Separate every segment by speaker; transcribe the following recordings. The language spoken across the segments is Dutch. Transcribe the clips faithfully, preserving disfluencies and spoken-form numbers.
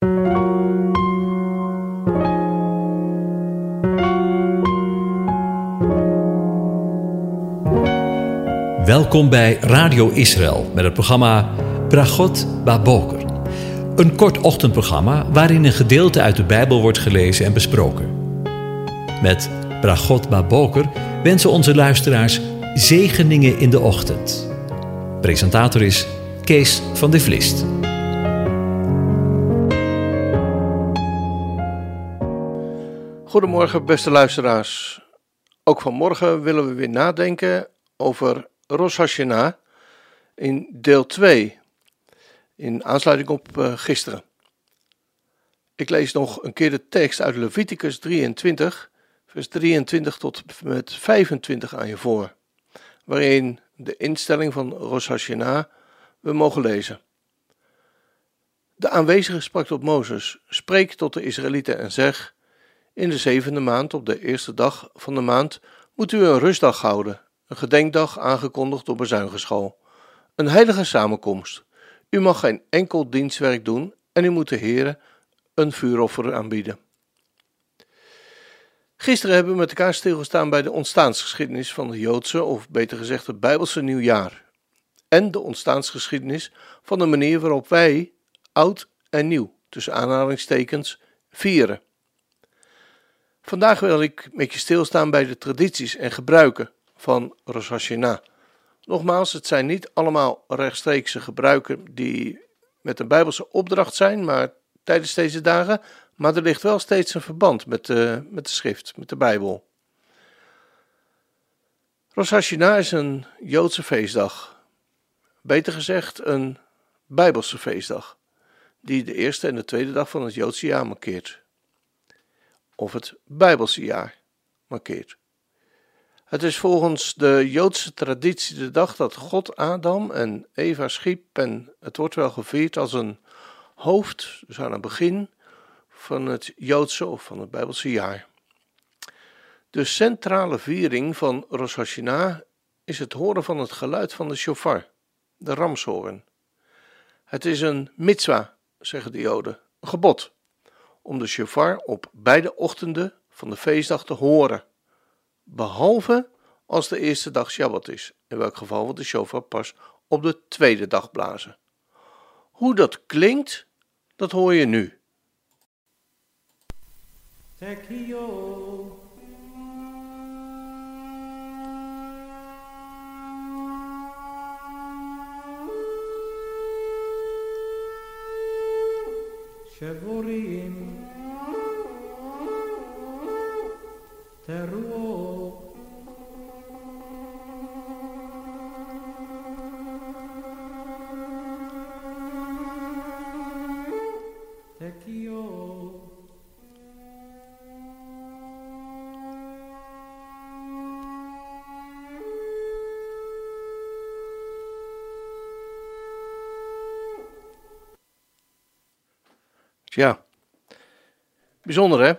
Speaker 1: Welkom bij Radio Israël met het programma Bragot Baboker. Een kort ochtendprogramma waarin een gedeelte uit de Bijbel wordt gelezen en besproken. Met Bragot Baboker wensen onze luisteraars zegeningen in de ochtend. Presentator is Kees van de Vlist.
Speaker 2: Goedemorgen beste luisteraars. Ook vanmorgen willen we weer nadenken over Rosh Hashanah in deel twee, in aansluiting op uh, gisteren. Ik lees nog een keer de tekst uit Leviticus drieëntwintig, vers drieëntwintig tot met vijfentwintig aan je voor, waarin de instelling van Rosh Hashanah we mogen lezen. De aanwezige sprak tot Mozes: spreek tot de Israëlieten en zeg: in de zevende maand, op de eerste dag van de maand, moet u een rustdag houden, een gedenkdag aangekondigd door bezuinigingsschool, een heilige samenkomst. U mag geen enkel dienstwerk doen en u moet de Heere een vuuroffer aanbieden. Gisteren hebben we met elkaar stilgestaan bij de ontstaansgeschiedenis van het Joodse, of beter gezegd het Bijbelse nieuwjaar, en de ontstaansgeschiedenis van de manier waarop wij oud en nieuw, tussen aanhalingstekens, vieren. Vandaag wil ik met je stilstaan bij de tradities en gebruiken van Rosh Hashanah. Nogmaals, het zijn niet allemaal rechtstreekse gebruiken die met een Bijbelse opdracht zijn, maar tijdens deze dagen, maar er ligt wel steeds een verband met de, met de schrift, met de Bijbel. Rosh Hashanah is een Joodse feestdag, beter gezegd een Bijbelse feestdag, die de eerste en de tweede dag van het Joodse jaar markeert. Of het Bijbelse jaar markeert. Het is volgens de Joodse traditie de dag dat God Adam en Eva schiep en het wordt wel gevierd als een hoofd, dus aan het begin van het Joodse of van het Bijbelse jaar. De centrale viering van Rosh Hashanah is het horen van het geluid van de shofar, de ramshoorn. Het is een mitzwa, zeggen de Joden, een gebod, om de shofar op beide ochtenden van de feestdag te horen, behalve als de eerste dag Shabbat is, in welk geval we de shofar pas op de tweede dag blazen. Hoe dat klinkt, dat hoor je nu. Tekio. Shevorim Teruo Tekio. Tja, bijzonder hè?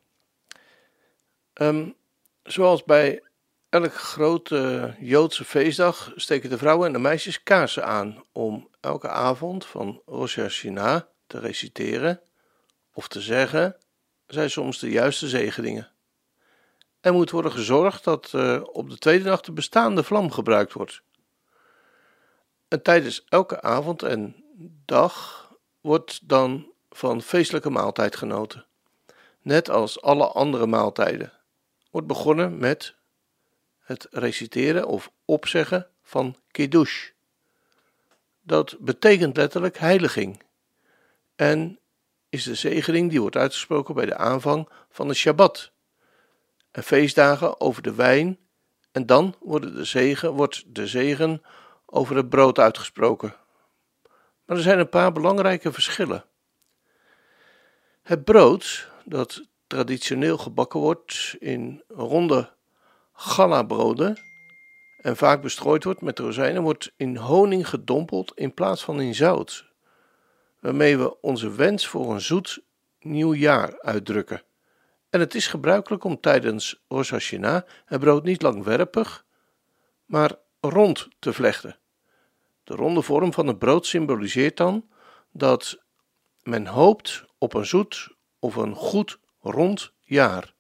Speaker 2: Um, zoals bij elke grote Joodse feestdag steken de vrouwen en de meisjes kaarsen aan om elke avond van Rosh Hashanah te reciteren of te zeggen, zijn soms de juiste zegeningen. Er moet worden gezorgd dat uh, op de tweede dag de bestaande vlam gebruikt wordt. En tijdens elke avond en dag wordt dan van feestelijke maaltijd genoten. Net als alle andere maaltijden. Wordt begonnen met het reciteren of opzeggen van kiddush. Dat betekent letterlijk heiliging. En is de zegening die wordt uitgesproken bij de aanvang van de Shabbat. En feestdagen over de wijn. En dan wordt de zegen, wordt de zegen over het brood uitgesproken. Maar er zijn een paar belangrijke verschillen. Het brood, dat traditioneel gebakken wordt in ronde challah-broden en vaak bestrooid wordt met rozijnen, wordt in honing gedompeld in plaats van in zout, waarmee we onze wens voor een zoet nieuw jaar uitdrukken. En het is gebruikelijk om tijdens Rosh Hashanah het brood niet langwerpig, maar rond te vlechten. De ronde vorm van het brood symboliseert dan dat men hoopt op een zoet of een goed rond jaar.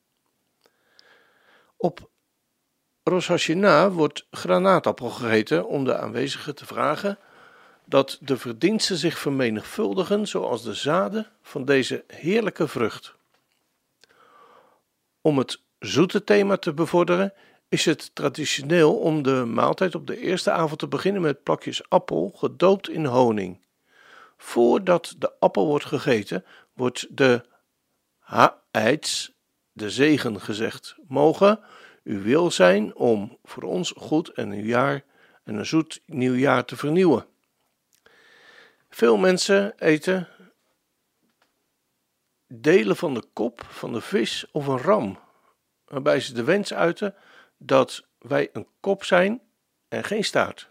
Speaker 2: Op Rosh Hashanah wordt granaatappel gegeten om de aanwezigen te vragen dat de verdiensten zich vermenigvuldigen zoals de zaden van deze heerlijke vrucht. Om het zoete thema te bevorderen is het traditioneel om de maaltijd op de eerste avond te beginnen met plakjes appel gedoopt in honing. Voordat de appel wordt gegeten, wordt de ha'etz, de zegen, gezegd. Mogen uw wil zijn om voor ons goed en een jaar en een zoet nieuw jaar te vernieuwen. Veel mensen eten delen van de kop van de vis of een ram, waarbij ze de wens uiten dat wij een kop zijn en geen staart.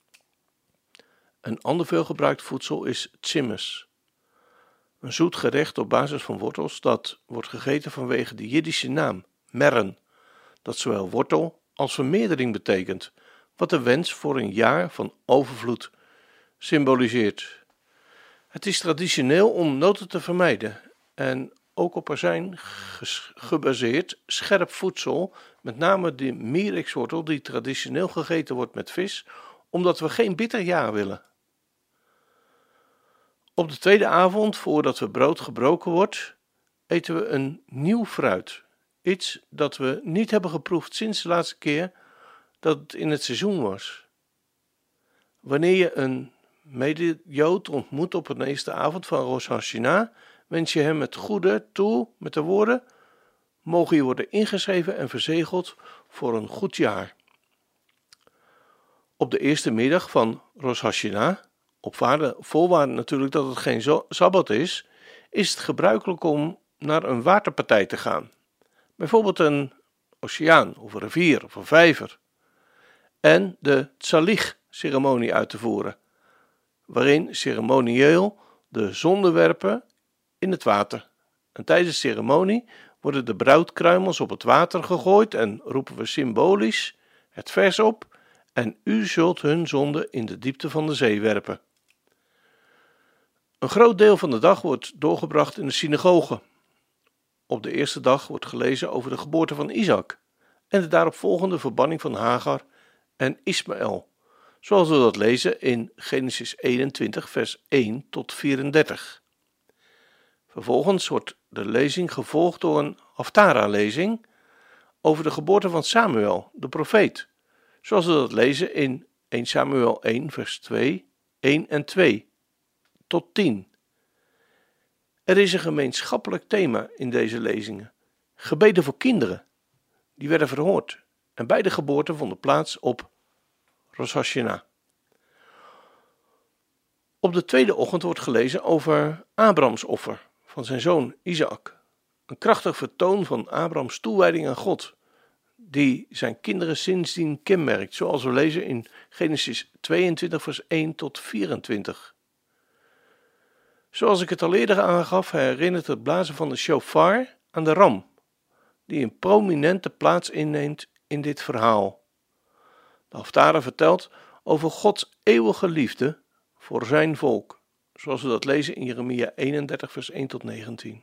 Speaker 2: Een ander veelgebruikt voedsel is tzimmes, een zoet gerecht op basis van wortels dat wordt gegeten vanwege de Jiddische naam, merren, dat zowel wortel als vermeerdering betekent, wat de wens voor een jaar van overvloed symboliseert. Het is traditioneel om noten te vermijden en ook op azijn gebaseerd scherp voedsel, met name de mirekswortel die traditioneel gegeten wordt met vis, omdat we geen bitter jaar willen. Op de tweede avond, voordat we brood gebroken wordt, eten we een nieuw fruit. Iets dat we niet hebben geproefd sinds de laatste keer dat het in het seizoen was. Wanneer je een mede-Jood ontmoet op de eerste avond van Rosh Hashanah, wens je hem het goede toe met de woorden: mogen je worden ingeschreven en verzegeld voor een goed jaar. Op de eerste middag van Rosh Hashanah, op voorwaarde natuurlijk dat het geen zo- sabbat is, is het gebruikelijk om naar een waterpartij te gaan. Bijvoorbeeld een oceaan of een rivier of een vijver. En de tsalich-ceremonie uit te voeren, waarin ceremonieel de zonden werpen in het water. En tijdens de ceremonie worden de bruidkruimels op het water gegooid en roepen we symbolisch het vers op: en u zult hun zonde in de diepte van de zee werpen. Een groot deel van de dag wordt doorgebracht in de synagoge. Op de eerste dag wordt gelezen over de geboorte van Isaac en de daaropvolgende verbanning van Hagar en Ismaël, zoals we dat lezen in Genesis eenentwintig vers één tot vierendertig. Vervolgens wordt de lezing gevolgd door een Haftara-lezing over de geboorte van Samuel, de profeet, zoals we dat lezen in eerste Samuel één vers twee, één en twee tot tien. Er is een gemeenschappelijk thema in deze lezingen: gebeden voor kinderen. Die werden verhoord en beide geboorten vonden plaats op Rosh Hashanah. Op de tweede ochtend wordt gelezen over Abrahams offer van zijn zoon Isaac. Een krachtig vertoon van Abrahams toewijding aan God, die zijn kinderen sindsdien kenmerkt, zoals we lezen in Genesis tweeëntwintig vers één tot vierentwintig. Zoals ik het al eerder aangaf, herinnert het blazen van de shofar aan de ram, die een prominente plaats inneemt in dit verhaal. De Haftara vertelt over Gods eeuwige liefde voor zijn volk, zoals we dat lezen in Jeremia eenendertig vers één tot negentien.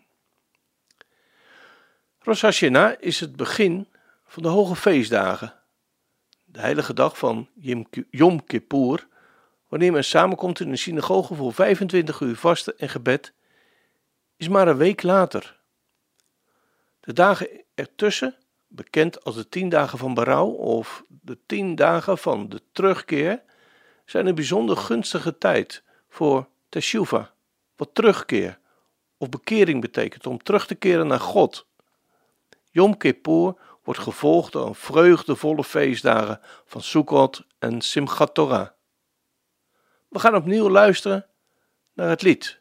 Speaker 2: Rosh Hashanah is het begin van de hoge feestdagen, de heilige dag van Yom Kippur, wanneer men samenkomt in een synagoge voor vijfentwintig uur vasten en gebed, is maar een week later. De dagen ertussen, bekend als de tien dagen van berouw of de tien dagen van de terugkeer, zijn een bijzonder gunstige tijd voor teshuvah, wat terugkeer of bekering betekent, om terug te keren naar God. Yom Kippur wordt gevolgd door een vreugdevolle feestdagen van Sukkot en Simchat Torah. We gaan opnieuw luisteren naar het lied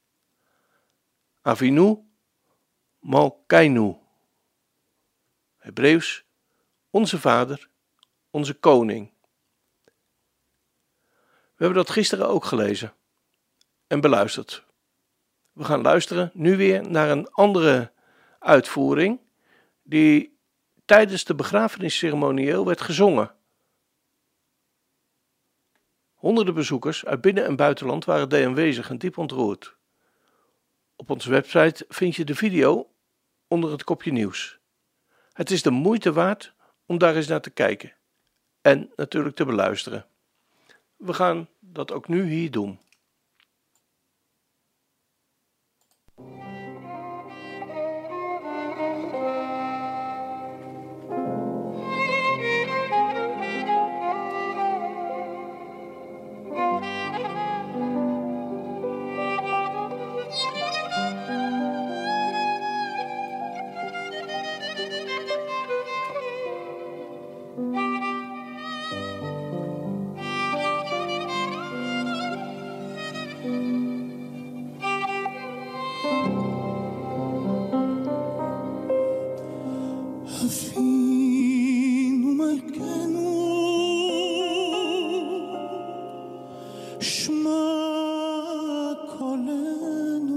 Speaker 2: Avinu Malkeinu, Hebreeuws, onze Vader, onze Koning. We hebben dat gisteren ook gelezen en beluisterd. We gaan luisteren nu weer naar een andere uitvoering die tijdens de begrafenisceremonieel werd gezongen. Honderden bezoekers uit binnen- en buitenland waren daarbij aanwezig en diep ontroerd. Op onze website vind je de video onder het kopje nieuws. Het is de moeite waard om daar eens naar te kijken en natuurlijk te beluisteren. We gaan dat ook nu hier doen.
Speaker 3: אבינו מלכנו, שמע קולנו.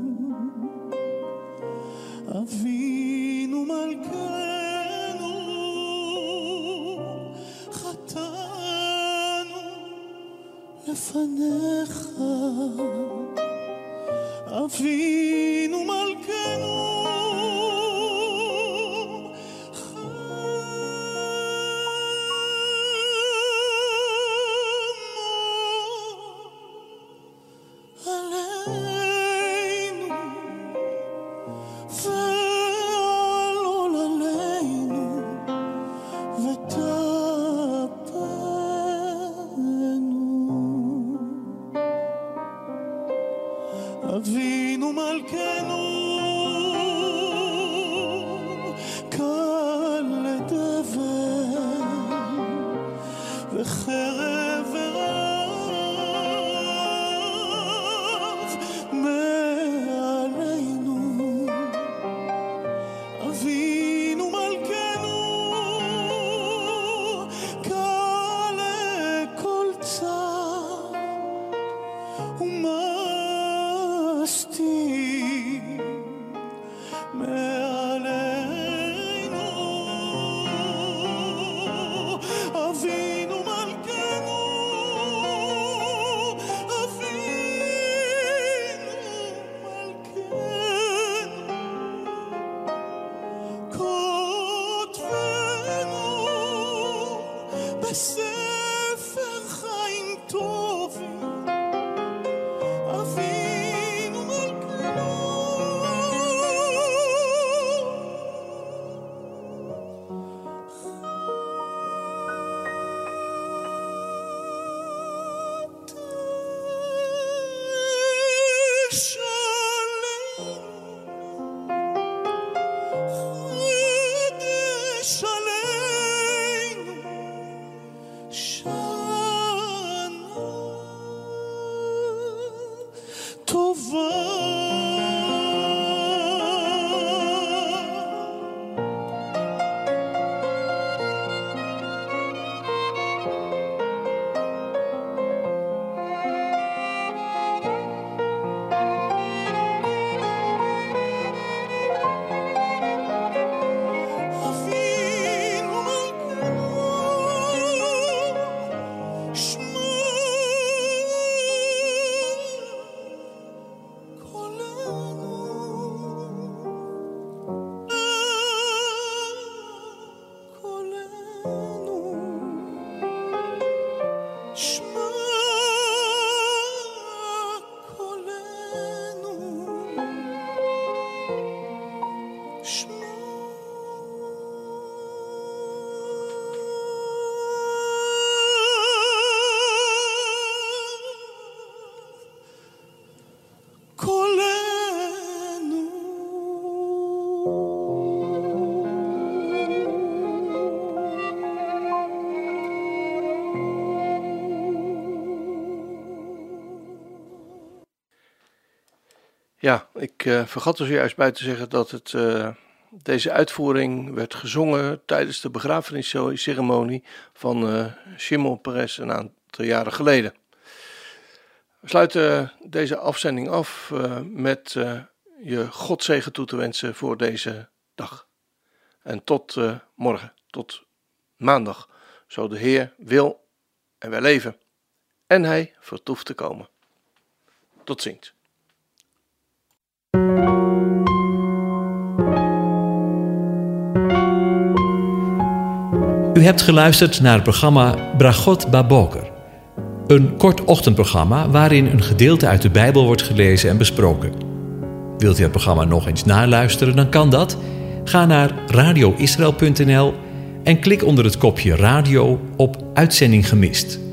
Speaker 3: אבינו מלכנו, חטאנו לפניך. אבינו מלכנו, אבינו מלכנו, קל לדבר וחרב ורב מעלינו. אבינו מלכנו, קל לכל צער ומסתיר מעלינו. אבינו מלכנו, אבינו מלכנו, כותבנו בספר חיים טובים. אבינו מלכנו, חדש עלינו שנה טובה. אבינו מלכנו, שמע קולנו. קולנו, שמע קולנו, שמע
Speaker 2: Ja, ik uh, vergat er zojuist bij te zeggen dat het, uh, deze uitvoering werd gezongen tijdens de begrafenisceremonie van uh, Shimon Peres een aantal jaren geleden. We sluiten deze afzending af uh, met uh, je Godzegen toe te wensen voor deze dag. En tot uh, morgen, tot maandag, zo de Heer wil en wij leven. En Hij vertoeft te komen. Tot ziens.
Speaker 1: U hebt geluisterd naar het programma Bragot Baboker. Een kort ochtendprogramma waarin een gedeelte uit de Bijbel wordt gelezen en besproken. Wilt u het programma nog eens naluisteren, dan kan dat. Ga naar radio israël punt n l en klik onder het kopje radio op Uitzending gemist.